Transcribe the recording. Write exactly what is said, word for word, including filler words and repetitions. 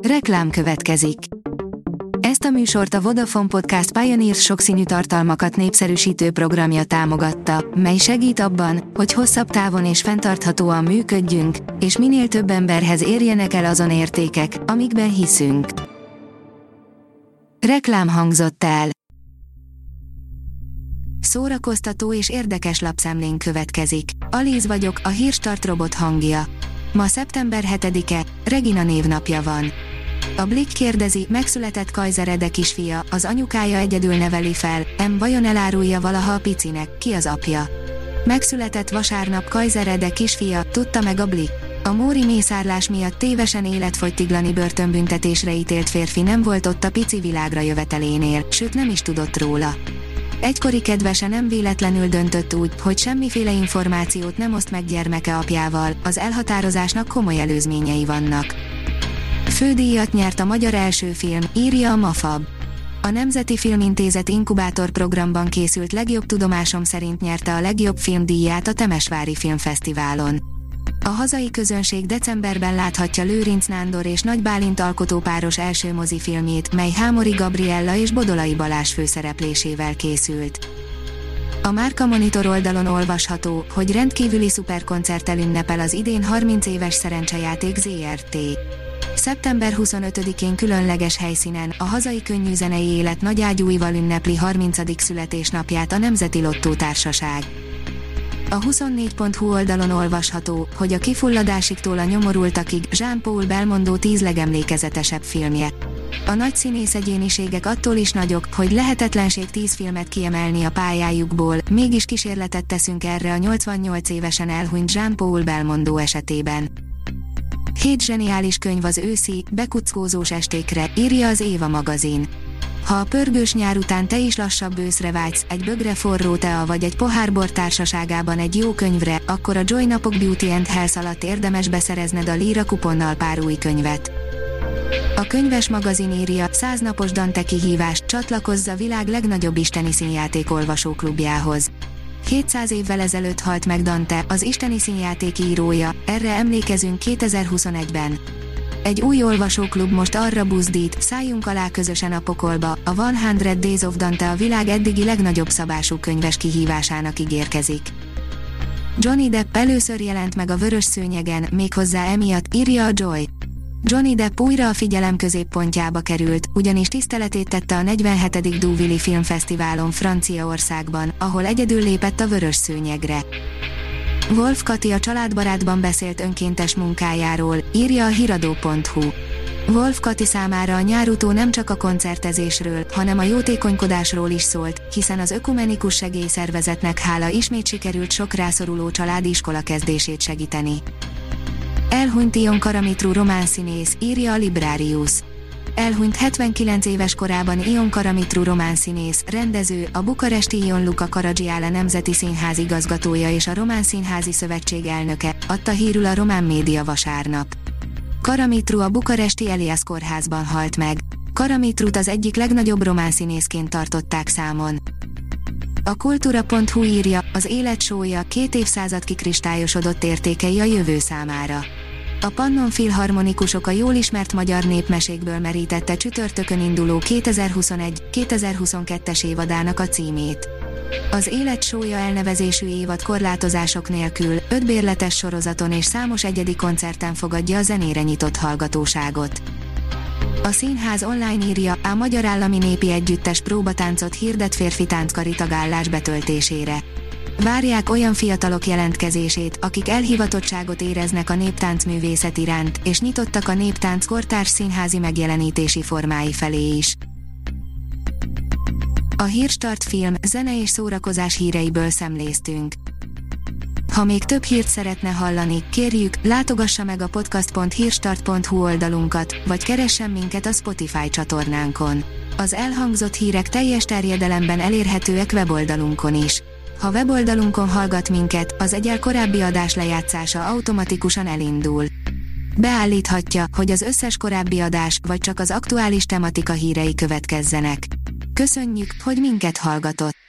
Reklám következik. Ezt a műsort a Vodafone Podcast Pioneers sokszínű tartalmakat népszerűsítő programja támogatta, mely segít abban, hogy hosszabb távon és fenntarthatóan működjünk, és minél több emberhez érjenek el azon értékek, amikben hiszünk. Reklám hangzott el. Szórakoztató és érdekes lapszemlén következik. Alíz vagyok, a Hírstart robot hangja. Ma szeptember hetedike, Regina névnapja van. A Blick kérdezi, megszületett Kajzer Ede kisfia, az anyukája egyedül neveli fel, em vajon elárulja valaha a picinek, ki az apja? Megszületett vasárnap Kajzer Ede kisfia, tudta meg a Blick. A móri mészárlás miatt tévesen életfogytiglani börtönbüntetésre ítélt férfi nem volt ott a pici világra jövetelénél, sőt nem is tudott róla. Egykori kedvese nem véletlenül döntött úgy, hogy semmiféle információt nem oszt meg gyermeke apjával, az elhatározásnak komoly előzményei vannak. Fődíjat nyert a magyar első film, írja a Mafab. A Nemzeti Filmintézet inkubátor programban készült Legjobb tudomásom szerint nyerte a legjobb film díját a Temesvári Filmfesztiválon. A hazai közönség decemberben láthatja Lőrinc Nándor és Nagy Bálint alkotópáros első mozifilmjét, mely Hámori Gabriella és Bodolai Balázs főszereplésével készült. A Márka Monitor oldalon olvasható, hogy rendkívüli szuperkoncerttel ünnepel az idén harminc éves Szerencsejáték zé er té. szeptember huszonötödikén különleges helyszínen, a hazai könnyűzenei élet nagy ágyúival ünnepli harmincadik születésnapját a Nemzeti Lottó Társaság. A huszonnégy pont hu oldalon olvasható, hogy a Kifulladásigtól a nyomorultakig Jean-Paul Belmondo tíz legemlékezetesebb filmje. A nagy színész egyéniségek attól is nagyok, hogy lehetetlenség tíz filmet kiemelni a pályájukból, mégis kísérletet teszünk erre a nyolcvannyolc évesen elhunyt Jean-Paul Belmondo esetében. Hét zseniális könyv az őszi, bekuckózós estékre, írja az Éva magazin. Ha a pörgős nyár után te is lassabb őszre vágysz, egy bögre forró tea vagy egy pohár bor társaságában egy jó könyvre, akkor a Joy napok Beauty and Health alatt érdemes beszerezned a Líra kuponnal pár új könyvet. A könyves magazin írja, száz napos Dante kihívás, csatlakozz a világ legnagyobb isteni színjáték olvasóklubjához. kétszáz évvel ezelőtt halt meg Dante, az isteni színjáték írója, erre emlékezünk kétezer-huszonegyben. Egy új olvasóklub most arra buzdít, szálljunk alá közösen a pokolba, a száz Days of Dante a világ eddigi legnagyobb szabású könyves kihívásának ígérkezik. Johnny Depp először jelent meg a vörös szőnyegen, méghozzá emiatt, írja a Joy. Johnny Depp újra a figyelem középpontjába került, ugyanis tiszteletét tette a negyvenhetedik Deauville Filmfesztiválon Franciaországban, ahol egyedül lépett a vörös szőnyegre. Wolf Kati a Családbarátban beszélt önkéntes munkájáról, írja a hiradó pont hu. Wolf Kati számára a nyárutó nem csak a koncertezésről, hanem a jótékonykodásról is szólt, hiszen az ökumenikus segélyszervezetnek hála ismét sikerült sok rászoruló család iskola kezdését segíteni. Elhunyt Ion Karamitru román színész, írja a Librarius. Elhunyt hetvenkilenc éves korában Ion Karamitru román színész, rendező, a bukaresti Ion Luca Caragiale Nemzeti Színház igazgatója és a Román Színházi Szövetség elnöke, adta hírül a román média vasárnap. Karamitru a bukaresti Elias kórházban halt meg. Karamitrut az egyik legnagyobb román színészként tartották számon. A kultúra pont hu írja, az élet sója, két évszázad kikristályosodott értékei a jövő számára. A Pannon Filharmonikusok a jól ismert magyar népmesékből merítette csütörtökön induló kétezer-huszonegy-kétezer-huszonkettes évadának a címét. Az Élet sója elnevezésű évad korlátozások nélkül, öt bérletes sorozaton és számos egyedi koncerten fogadja a zenére nyitott hallgatóságot. A Színház online írja, a Magyar Állami Népi Együttes próbatáncot hirdet férfi tánckari tagállás betöltésére. Várják olyan fiatalok jelentkezését, akik elhivatottságot éreznek a néptáncművészet iránt, és nyitottak a néptánc kortárs színházi megjelenítési formái felé is. A Hírstart film, zene és szórakozás híreiből szemléztünk. Ha még több hírt szeretne hallani, kérjük, látogassa meg a podcast pont hírstart pont hu oldalunkat, vagy keressen minket a Spotify csatornánkon. Az elhangzott hírek teljes terjedelemben elérhetőek weboldalunkon is. Ha weboldalunkon hallgat minket, az egyel korábbi adás lejátszása automatikusan elindul. Beállíthatja, hogy az összes korábbi adás, vagy csak az aktuális tematika hírei következzenek. Köszönjük, hogy minket hallgatott!